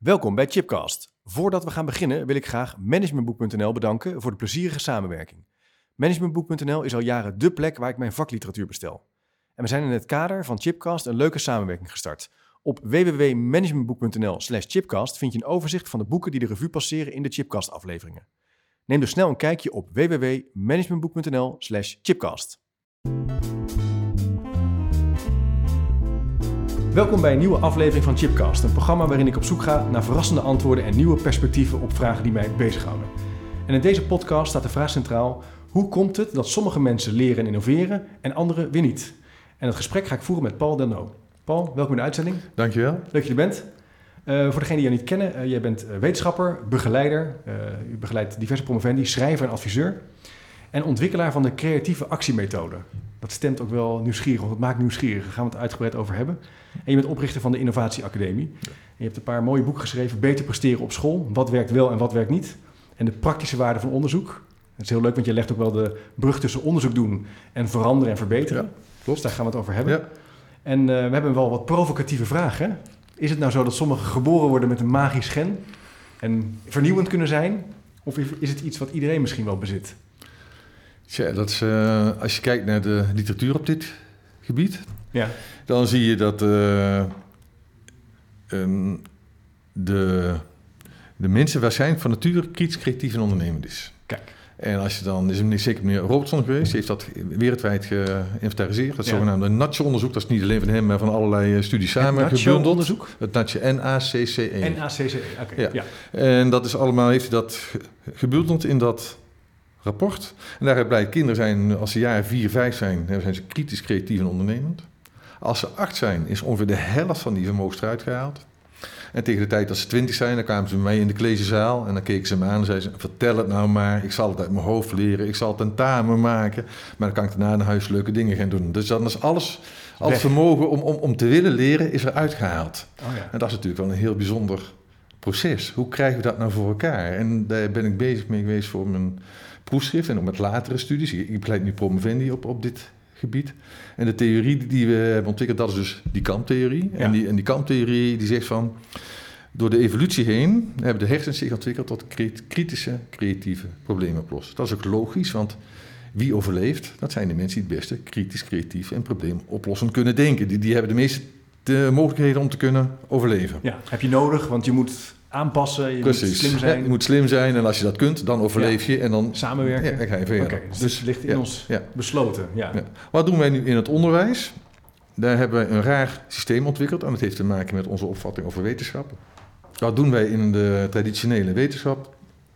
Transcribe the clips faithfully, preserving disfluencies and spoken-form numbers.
Welkom bij Chipcast. Voordat we gaan beginnen wil ik graag Managementboek punt n l bedanken voor de plezierige samenwerking. Managementboek punt n l is al jaren dé plek waar ik mijn vakliteratuur bestel. En we zijn in het kader van Chipcast een leuke samenwerking gestart. Op w w w punt managementboek punt n l slash chipcast vind je een overzicht van de boeken die de revue passeren in de Chipcast afleveringen. Neem dus snel een kijkje op w w w punt managementboek punt n l slash chipcast. Welkom bij een nieuwe aflevering van Chipcast, een programma waarin ik op zoek ga naar verrassende antwoorden en nieuwe perspectieven op vragen die mij bezighouden. En in deze podcast staat de vraag centraal: hoe komt het dat sommige mensen leren en innoveren en anderen weer niet? En het gesprek ga ik voeren met Paul Delnau. Paul, welkom in de uitzending. Dankjewel. Leuk dat je er bent. Uh, voor degenen die jou niet kennen, uh, jij bent uh, wetenschapper, begeleider, uh, u begeleidt diverse promovendi, schrijver en adviseur en ontwikkelaar van de creatieve actiemethode. Dat stemt ook wel nieuwsgierig, want het maakt nieuwsgierig. Daar gaan we het uitgebreid over hebben. En je bent oprichter van de Innovatie Academie. En je hebt een paar mooie boeken geschreven. Beter presteren op school. Wat werkt wel en wat werkt niet. En de praktische waarde van onderzoek. Dat is heel leuk, want je legt ook wel de brug tussen onderzoek doen en veranderen en verbeteren. Ja, klopt. Dus daar gaan we het over hebben. Ja. En uh, we hebben wel wat provocatieve vragen. Is het nou zo dat sommigen geboren worden met een magisch gen en vernieuwend kunnen zijn? Of is het iets wat iedereen misschien wel bezit? Tja, dat is, uh, als je kijkt naar de literatuur op dit gebied, ja. dan zie je dat uh, um, de, de mensen waarschijnlijk van nature kritisch, creatief en ondernemend is. Kijk. En als je dan, is er zeker meneer Robertson geweest, die heeft dat wereldwijd geïnventariseerd. Het ja. zogenaamde Nacho-onderzoek, dat is niet alleen van hem, maar van allerlei studies samen gebundeld. Onderzoek? Het Nacho, N A C C E. N A C C E, oké. Okay. Ja. Ja. En dat is allemaal, heeft hij dat gebundeld in dat rapport. En daaruit blijkt, kinderen zijn, als ze jaren vier, vijf zijn, dan zijn ze kritisch, creatief en ondernemend. Als ze acht zijn, is ongeveer de helft van die vermogens eruit gehaald. En tegen de tijd dat ze twintig zijn, dan kwamen ze bij mij in de collegezaal en dan keken ze me aan en zeiden ze: vertel het nou maar, ik zal het uit mijn hoofd leren, ik zal het tentamen maken, maar dan kan ik daarna naar huis leuke dingen gaan doen. Dus dan is alles, al het vermogen om, om, om te willen leren, is er uitgehaald. Oh ja. En dat is natuurlijk wel een heel bijzonder proces. Hoe krijgen we dat nou voor elkaar? En daar ben ik bezig mee geweest voor mijn proefschrift en ook met latere studies. Ik begeleid nu promovendi op, op dit gebied. En de theorie die we hebben ontwikkeld, dat is dus die kamptheorie. Ja. En die, en die kamptheorie die zegt van, door de evolutie heen hebben de hersens zich ontwikkeld tot kritische, creatieve problemen oplossen. Dat is ook logisch, want wie overleeft, dat zijn de mensen die het beste kritisch, creatief en probleemoplossend kunnen denken. Die, die hebben de meeste de mogelijkheden om te kunnen overleven. Ja, heb je nodig, want je moet aanpassen, je Precies. moet slim zijn. Ja, je moet slim zijn en als je dat kunt, dan overleef ja. je. En dan samenwerken. Ja, dan ga je verder. Okay, dus, dus het ligt in ja, ons ja. besloten. Ja. Ja. Wat doen wij nu in het onderwijs? Daar hebben we een raar systeem ontwikkeld en dat heeft te maken met onze opvatting over wetenschap. Wat doen wij in de traditionele wetenschap?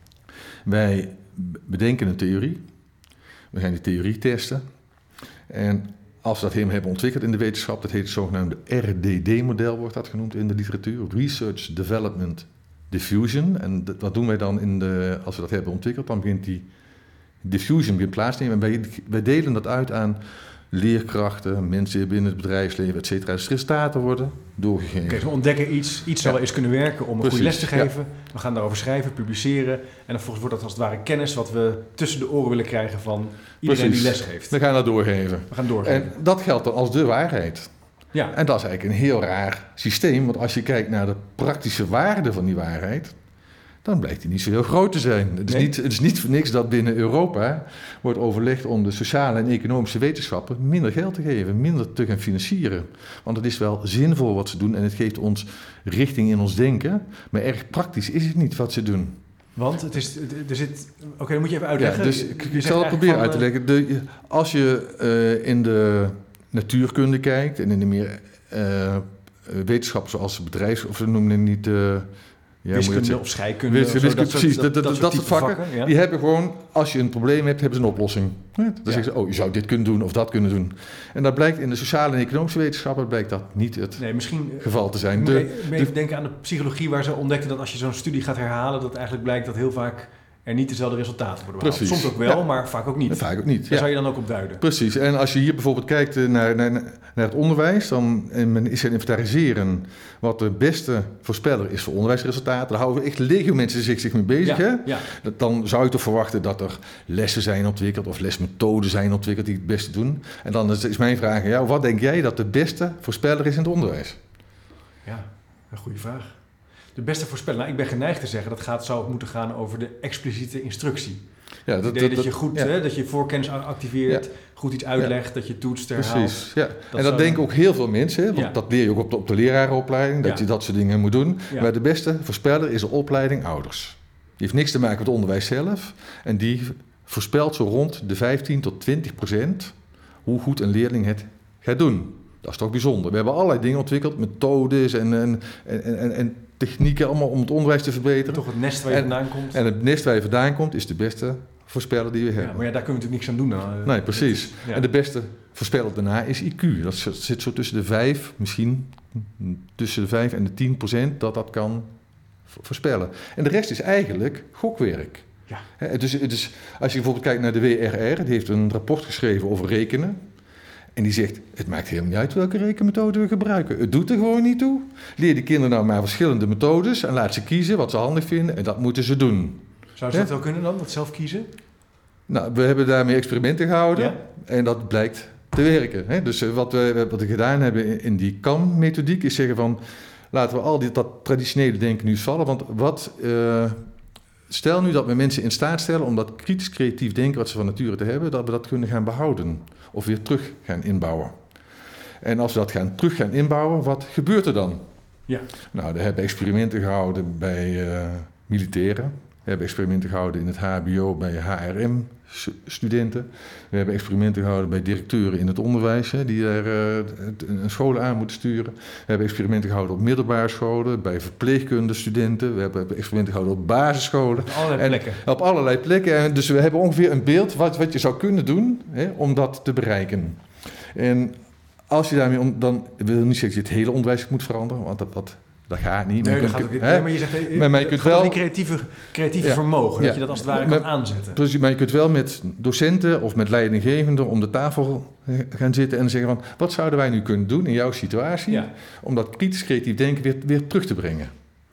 Wij bedenken een theorie. We gaan die theorie testen. En als we dat helemaal hebben ontwikkeld in de wetenschap, dat heet het zogenaamde R D D-model, wordt dat genoemd in de literatuur. Research, Development, Diffusion. En dat, wat doen wij dan in de, als we dat hebben ontwikkeld? Dan begint die diffusion begint plaats te nemen. En wij, wij delen dat uit aan leerkrachten, mensen binnen het bedrijfsleven, et cetera. Dus resultaten worden doorgegeven. Oké, okay, dus we ontdekken iets, iets ja. zal eens kunnen werken om een goede les te geven. Ja. We gaan daarover schrijven, publiceren. En dan vervolgens wordt dat als het ware kennis wat we tussen de oren willen krijgen van iedereen Precies. die les geeft. We gaan dat doorgeven. We gaan doorgeven. En dat geldt dan als de waarheid. Ja. En dat is eigenlijk een heel raar systeem. Want als je kijkt naar de praktische waarde van die waarheid, dan blijkt die niet zo heel groot te zijn. Het is, nee. niet, het is niet voor niks dat binnen Europa wordt overlegd om de sociale en economische wetenschappen minder geld te geven, minder te gaan financieren. Want het is wel zinvol wat ze doen en het geeft ons richting in ons denken. Maar erg praktisch is het niet wat ze doen. Want het is, er zit... Oké, okay, dan moet je even uitleggen. Ja, dus ik, ik zal het proberen van, uit te leggen. De, als je uh, in de natuurkunde kijkt en in de meer uh, wetenschappen zoals bedrijfs... of ze noemen het niet... Uh, Ja, wiskunde of scheikunde. Wiskunde, of zo, dat precies, soort, dat, dat, dat, dat, dat dat soort vakken, vakken ja. die hebben gewoon, als je een probleem hebt, hebben ze een oplossing. Ja, dan ja. zeggen ze, oh, je zou dit kunnen doen of dat kunnen doen. En dat blijkt in de sociale en economische wetenschappen, blijkt dat niet het nee, misschien, geval te zijn. Moet je de, even de, denken aan de psychologie, waar ze ontdekten dat als je zo'n studie gaat herhalen, dat eigenlijk blijkt dat heel vaak er niet dezelfde resultaten worden behaald. Precies. Soms ook wel, ja. maar vaak ook niet. Ja, vaak ook niet. Daar ja. zou je dan ook op duiden. Precies. En als je hier bijvoorbeeld kijkt naar, naar, naar het onderwijs, dan en men is gaan inventariseren wat de beste voorspeller is voor onderwijsresultaten. Daar houden we echt legio mensen zich, zich mee bezig. Ja, hè? Ja. Dan zou je toch verwachten dat er lessen zijn ontwikkeld of lesmethoden zijn ontwikkeld die het beste doen. En dan is mijn vraag, ja, wat denk jij dat de beste voorspeller is in het onderwijs? Ja, een goede vraag. de beste voorspeller? Nou, ik ben geneigd te zeggen dat gaat, zou moeten gaan over de expliciete instructie. Ja, dat, dat, idee dat, dat je goed, ja. hè, dat je voorkennis activeert, Ja. goed iets uitlegt, ja. dat je toetst, herhaalt. Precies, ja. Dat en dat zou... denken ook heel veel mensen, hè, want ja. dat leer je ook op de, op de lerarenopleiding, dat ja. je dat soort dingen moet doen. Ja. Maar de beste voorspeller is de opleiding ouders. Die heeft niks te maken met het onderwijs zelf en die voorspelt zo rond de vijftien tot twintig procent hoe goed een leerling het gaat doen. Dat is toch bijzonder. We hebben allerlei dingen ontwikkeld, methodes en, en, en, en, en technieken allemaal om het onderwijs te verbeteren. Toch het nest waar je en, vandaan komt. En het nest waar je vandaan komt is de beste voorspeller die we hebben. Ja, maar ja, daar kunnen we natuurlijk niks aan doen. Dan. Nee, precies. Ja. En de beste voorspeller daarna is I Q. Dat zit zo tussen de vijf, misschien tussen de vijf en de tien procent dat dat kan voorspellen. En de rest is eigenlijk gokwerk. Ja. He, dus, dus als je bijvoorbeeld kijkt naar de W R R, die heeft een rapport geschreven over rekenen. En die zegt, het maakt helemaal niet uit welke rekenmethode we gebruiken. Het doet er gewoon niet toe. Leer de kinderen nou maar verschillende methodes en laat ze kiezen wat ze handig vinden en dat moeten ze doen. Zou ze dat wel kunnen dan, dat zelf kiezen? Nou, we hebben daarmee experimenten gehouden ja? en dat blijkt te werken. Hè? Dus uh, wat, we, wat we gedaan hebben in, in die K A M-methodiek is zeggen van, laten we al die, dat traditionele denken nu eens vallen. Want wat, uh, stel nu dat we mensen in staat stellen om dat kritisch creatief denken wat ze van nature te hebben, dat we dat kunnen gaan behouden of weer terug gaan inbouwen. En als we dat gaan terug gaan inbouwen, wat gebeurt er dan? Ja. Nou, we hebben experimenten gehouden bij uh, militairen. We hebben experimenten gehouden in het H B O bij H R M-studenten. We hebben experimenten gehouden bij directeuren in het onderwijs, hè, die daar uh, een scholen aan moeten sturen. We hebben experimenten gehouden op middelbare scholen, bij verpleegkundestudenten. We hebben experimenten gehouden op basisscholen. Op allerlei en plekken. Op allerlei plekken. En dus we hebben ongeveer een beeld wat, wat je zou kunnen doen, hè, om dat te bereiken. En als je daarmee om, dan wil je niet zeggen dat je het hele onderwijs moet veranderen, want dat... dat Dat gaat niet. Nee, maar, dat kunt, gaat ook, hè? nee, maar je zegt, maar, maar je kunt wel die creatieve, creatieve ja, vermogen, ja, dat je dat als het ware maar, kan aanzetten. Precies, maar je kunt wel met docenten of met leidinggevenden om de tafel gaan zitten en zeggen van, wat zouden wij nu kunnen doen in jouw situatie, ja. om dat kritisch creatief denken weer, weer terug te brengen.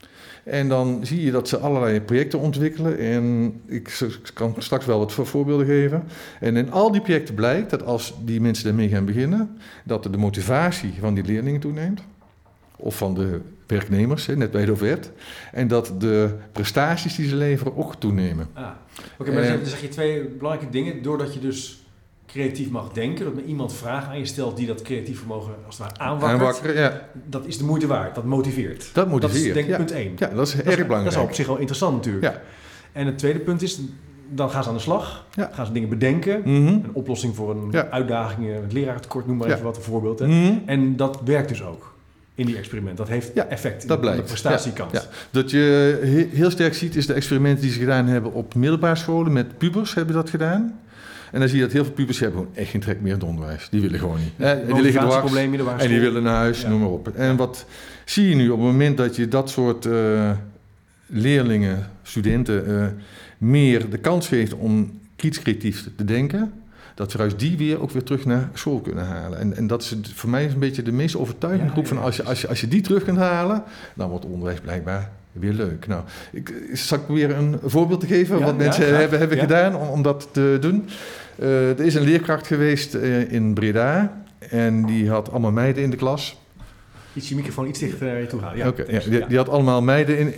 En dan zie je dat ze allerlei projecten ontwikkelen en ik kan straks wel wat voorbeelden geven. En in al die projecten blijkt dat als die mensen daarmee gaan beginnen, dat de motivatie van die leerlingen toeneemt. Of van de werknemers, net bij de offerte. En dat de prestaties die ze leveren ook toenemen. Ah, Oké, okay, maar uh, dan zeg je twee belangrijke dingen. Doordat je dus creatief mag denken, dat iemand vragen aan je stelt die dat creatief vermogen als het ware aanwakkert. Aanwakkeren, ja. Dat is de moeite waard, dat motiveert. Dat motiveert, Dat is denk ik ja. punt één. Ja, dat is dat erg is, belangrijk. Dat is op zich wel interessant natuurlijk. Ja. En het tweede punt is, dan gaan ze aan de slag. Ja. Gaan ze dingen bedenken. Mm-hmm. Een oplossing voor een ja. uitdaging, het leraartekort, noem maar ja. even wat een voorbeeld. Hè. Mm-hmm. En dat werkt dus ook. In die experiment. Dat heeft ja, effect dat in blijkt. de prestatiekant. Ja, ja. Dat je heel sterk ziet is de experimenten die ze gedaan hebben op middelbare scholen. Met pubers hebben dat gedaan. En dan zie je dat heel veel pubers hebben gewoon echt geen trek meer in het onderwijs. Die willen gewoon niet. Ja, die liggen dwars en die willen naar huis, ja. noem maar op. En wat zie je nu op het moment dat je dat soort uh, leerlingen, studenten, uh, meer de kans geeft om kritisch creatief te denken, dat we juist die weer ook weer terug naar school kunnen halen. En, en dat is het, voor mij een beetje de meest overtuigende ja, groep van als je, als, je, als je die terug kunt halen, dan wordt het onderwijs blijkbaar weer leuk. Nou, ik zal ik proberen een voorbeeld te geven ja, wat ja, mensen graag. hebben, hebben ja. gedaan om, om dat te doen. Uh, er is een leerkracht geweest uh, in Breda en die had allemaal meiden in de klas. Iets je microfoon iets dichter naar je toe halen. Ja, okay, ja, die, die had allemaal meiden in,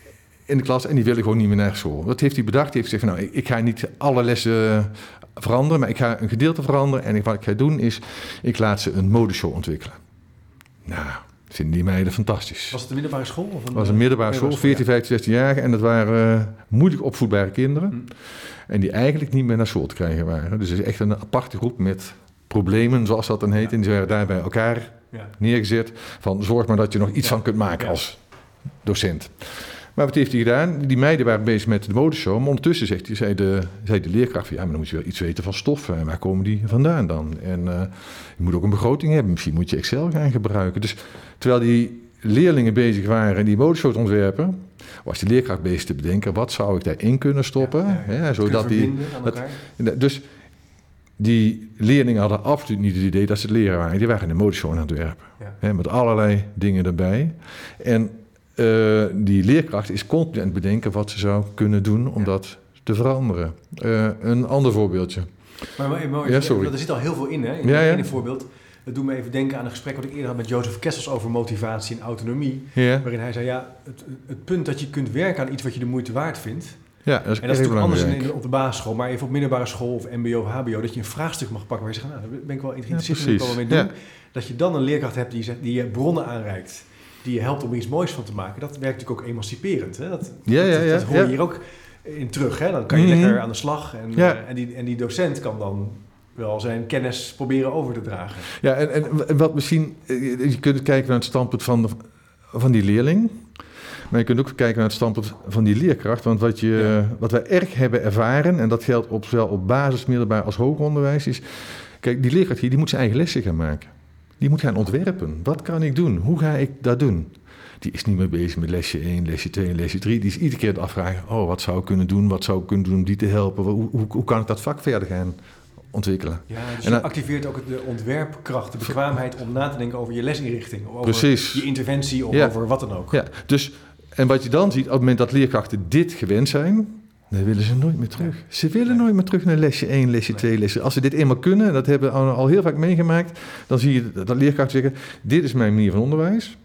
in de klas en die willen gewoon niet meer naar school. Dat heeft hij bedacht. Hij heeft gezegd, nou, ik, ik ga niet alle lessen veranderen, maar ik ga een gedeelte veranderen. En ik, wat ik ga doen is, ik laat ze een modeshow ontwikkelen. Nou, vinden die meiden fantastisch. Was het een middelbare school? Of een, het was een middelbare school, veertien, vijftien, zestien-jarigen. En dat waren uh, moeilijk opvoedbare kinderen. Hmm. En die eigenlijk niet meer naar school te krijgen waren. Dus het is echt een aparte groep met problemen, zoals dat dan heet. Ja. En die waren daar bij elkaar ja. neergezet. Van zorg maar dat je nog iets ja. van kunt maken ja. als docent. Maar wat heeft hij gedaan? Die meiden waren bezig met de modeshow. Maar ondertussen zegt hij, zei, de, zei de leerkracht, ja, maar dan moet je wel iets weten van stoffen. En waar komen die vandaan dan? En uh, je moet ook een begroting hebben. Misschien moet je Excel gaan gebruiken. Dus terwijl die leerlingen bezig waren die modeshow te ontwerpen, was de leerkracht bezig te bedenken, wat zou ik daarin kunnen stoppen? Ja, ja, ja. Ja, zodat die, dat, dus die leerlingen hadden absoluut niet het idee dat ze het leren waren. Die waren een modeshow aan het ontwerpen. Ja. Hè, met allerlei dingen erbij. En Uh, die leerkracht is continu aan het bedenken wat ze zou kunnen doen om ja. dat te veranderen. Uh, een ander voorbeeldje. Maar, maar, maar ja, sorry. er zit al heel veel in, hè? In ja, ja. een voorbeeld. Het doet me even denken aan een gesprek wat ik eerder had met Jozef Kessels over motivatie en autonomie. Ja. Waarin hij zei, ja, het, het punt dat je kunt werken aan iets wat je de moeite waard vindt. Ja, dat is en dat is natuurlijk anders in, in, op de basisschool, maar even op middelbare school of mbo of hbo, dat je een vraagstuk mag pakken waar je zegt, nou, daar ben ik wel geïnteresseerd in, ja, wil ik wel mee doen. Ja. Dat je dan een leerkracht hebt die, die je bronnen aanreikt, die je helpt om er iets moois van te maken. Dat werkt natuurlijk ook emanciperend. Hè? Dat, ja, ja, dat, ja, dat hoor je ja. hier ook in terug. Hè? Dan kan je mm-hmm. lekker aan de slag en, ja. uh, en, die, en die docent kan dan wel zijn kennis proberen over te dragen. Ja, en, en wat misschien, je kunt kijken naar het standpunt van, de, van die leerling, maar je kunt ook kijken naar het standpunt van die leerkracht. Want wat, je, ja. wat wij erg hebben ervaren, en dat geldt op, zowel op basis, middelbaar als hoger onderwijs, is, kijk, die leerkracht hier, die moet zijn eigen lessen gaan maken. Die moet gaan ontwerpen. Wat kan ik doen? Hoe ga ik dat doen? Die is niet meer bezig met lesje één, lesje twee, lesje drie. Die is iedere keer het afvragen, oh, wat zou ik kunnen doen? Wat zou ik kunnen doen om die te helpen? Hoe, hoe, hoe kan ik dat vak verder gaan ontwikkelen? Ja, dus en je dan, activeert ook de ontwerpkracht, de bekwaamheid om na te denken over je lesinrichting. Of over precies. je interventie of ja. over wat dan ook. Ja, dus, en wat je dan ziet, op het moment dat leerkrachten dit gewend zijn, dan willen ze nooit meer terug. Ja. Ze willen ja. nooit meer terug naar lesje één, lesje nee. twee, lesje. Als ze dit eenmaal kunnen, dat hebben we al heel vaak meegemaakt, dan zie je dat leerkrachten zeggen, dit is mijn manier van onderwijs.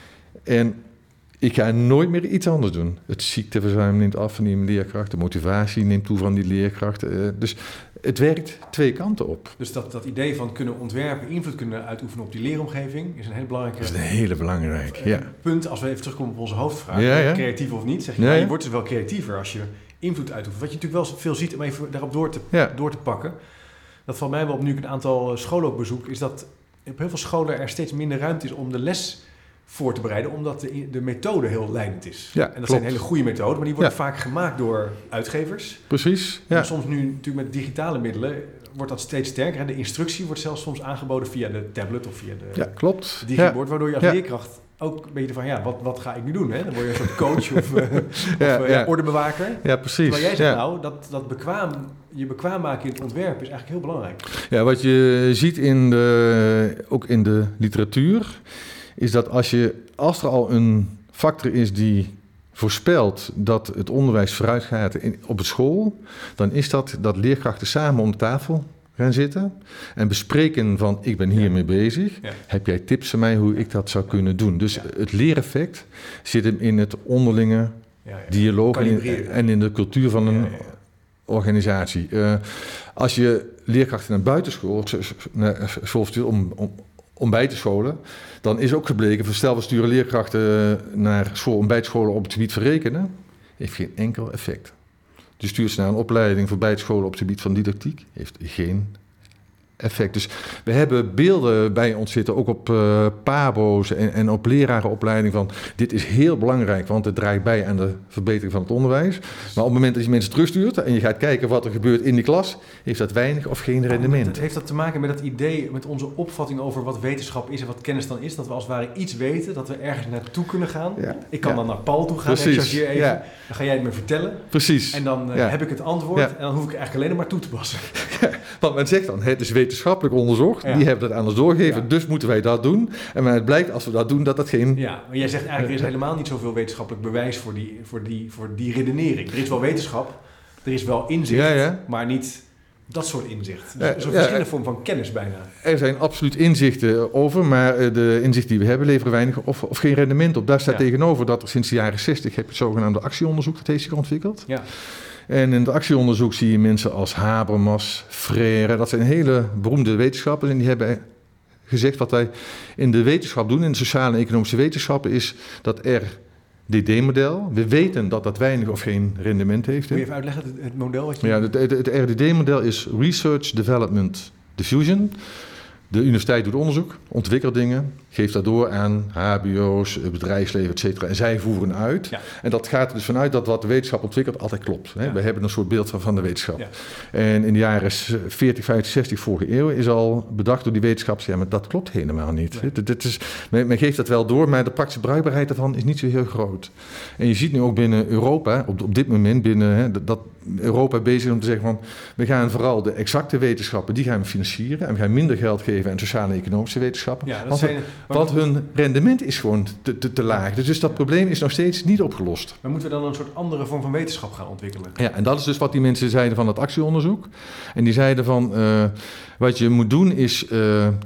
En ik ga nooit meer iets anders doen. Het ziekteverzuim neemt af van die leerkracht, de motivatie neemt toe van die leerkrachten. Dus het werkt twee kanten op. Dus dat, dat idee van kunnen ontwerpen, invloed kunnen uitoefenen op die leeromgeving is een heel belangrijke... Dat is een hele belangrijk, ja. punt. Als we even terugkomen op onze hoofdvraag, ja, ja. creatief of niet, zeg je, ja, nou, ja. je wordt dus wel creatiever als je invloed uitoefent. Wat je natuurlijk wel veel ziet, om even daarop door te, ja. door te pakken, dat valt mij wel op nu ik een aantal scholen ook bezoek, is dat op heel veel scholen er steeds minder ruimte is om de les voor te bereiden, omdat de, de methode heel leidend is. Ja, en dat klopt. zijn hele goede methoden, maar die worden ja. vaak gemaakt door uitgevers. Precies. Ja. En soms nu natuurlijk met digitale middelen wordt dat steeds sterker. De instructie wordt zelfs soms aangeboden via de tablet of via de ja, klopt. digibord, ja. waardoor je als ja. leerkracht ook een beetje van, ja, wat, wat ga ik nu doen? Hè? Dan word je een soort coach of, uh, ja, of uh, ja. ordebewaker. Ja, precies. Terwijl jij zegt, ja. nou, dat, dat bekwaam, je bekwaam maken in het ontwerp is eigenlijk heel belangrijk. Ja, wat je ziet in de, ook in de literatuur, is dat als, je, als er al een factor is die voorspelt dat het onderwijs vooruit gaat in, op het school, dan is dat dat leerkrachten samen om de tafel gaan zitten en bespreken van ik ben hiermee ja. bezig. Ja. Heb jij tips voor mij hoe ik dat zou kunnen doen? Dus ja. het leereffect zit hem in het onderlinge ja, ja. dialoog en in, en in de cultuur van een ja, ja, ja. organisatie. Uh, als je leerkrachten naar buitenschool naar school stuurt om, om, om bij te scholen, dan is ook gebleken, stel we sturen leerkrachten naar school om bij te scholen op het gebied van rekenen, heeft geen enkel effect. Je stuurt ze naar een opleiding voor bijscholen op het gebied van didactiek, heeft geen effect. Dus we hebben beelden bij ons zitten, ook op uh, pabo's en, en op lerarenopleiding van dit is heel belangrijk, want het draagt bij aan de verbetering van het onderwijs. Maar op het moment dat je mensen terugstuurt en je gaat kijken wat er gebeurt in die klas, heeft dat weinig of geen rendement. Het heeft dat te maken met dat idee, met onze opvatting over wat wetenschap is en wat kennis dan is, dat we als het ware iets weten, dat we ergens naartoe kunnen gaan. Ja. Ik kan ja. dan naar Paul toe gaan, en chargeer even, ja. dan ga jij het me vertellen. Precies. En dan uh, ja. heb ik het antwoord ja. en dan hoef ik eigenlijk alleen maar toe te passen. Ja, want men zegt dan, het is wetenschappelijk onderzocht, ja. die hebben dat aan ons doorgegeven, ja. dus moeten wij dat doen. En maar het blijkt als we dat doen, dat dat geen... Ja, maar jij zegt eigenlijk, er is helemaal niet zoveel wetenschappelijk bewijs voor die, voor die, voor die redenering. Er is wel wetenschap, er is wel inzicht, ja, ja. maar niet dat soort inzicht. Dus ja, zo'n ja, verschillende vorm van kennis bijna. Er zijn absoluut inzichten over, maar de inzichten die we hebben leveren weinig of, of geen rendement op. Daar staat ja. tegenover dat er sinds de jaren zestig heb je het zogenaamde actieonderzoek, dat heeft zich ontwikkeld. Ja. En in het actieonderzoek zie je mensen als Habermas, Freire. Dat zijn hele beroemde wetenschappers. En die hebben gezegd wat wij in de wetenschap doen, in de sociale en economische wetenschappen, is dat R D D-model. We weten dat dat weinig of geen rendement heeft. Kun je even uitleggen, het, het model? Wat je... Ja, het, het, het R D D-model is Research, Development, Diffusion. De universiteit doet onderzoek, ontwikkelt dingen, geeft dat door aan H B O's, bedrijfsleven, et cetera. En zij voeren uit. Ja. En dat gaat er dus vanuit dat wat de wetenschap ontwikkelt altijd klopt. Hè? Ja. We hebben een soort beeld van, van de wetenschap. Ja. En in de jaren veertig, vijftig, zestig vorige eeuw is al bedacht door die wetenschappers, ja, maar dat klopt helemaal niet. Nee. Dit, dit is, men, men geeft dat wel door, maar de praktische bruikbaarheid daarvan is niet zo heel groot. En je ziet nu ook binnen Europa, op, op dit moment binnen hè, dat Europa bezig om te zeggen van, we gaan vooral de exacte wetenschappen, die gaan we financieren en we gaan minder geld geven aan sociale en economische wetenschappen. Ja, dat want, zijn, want hun rendement is gewoon te, te, te laag. Dus, dus dat ja. probleem is nog steeds niet opgelost. Maar moeten we dan een soort andere vorm van wetenschap gaan ontwikkelen? Ja, en dat is dus wat die mensen zeiden van het actieonderzoek. En die zeiden van, uh, wat je moet doen is, uh,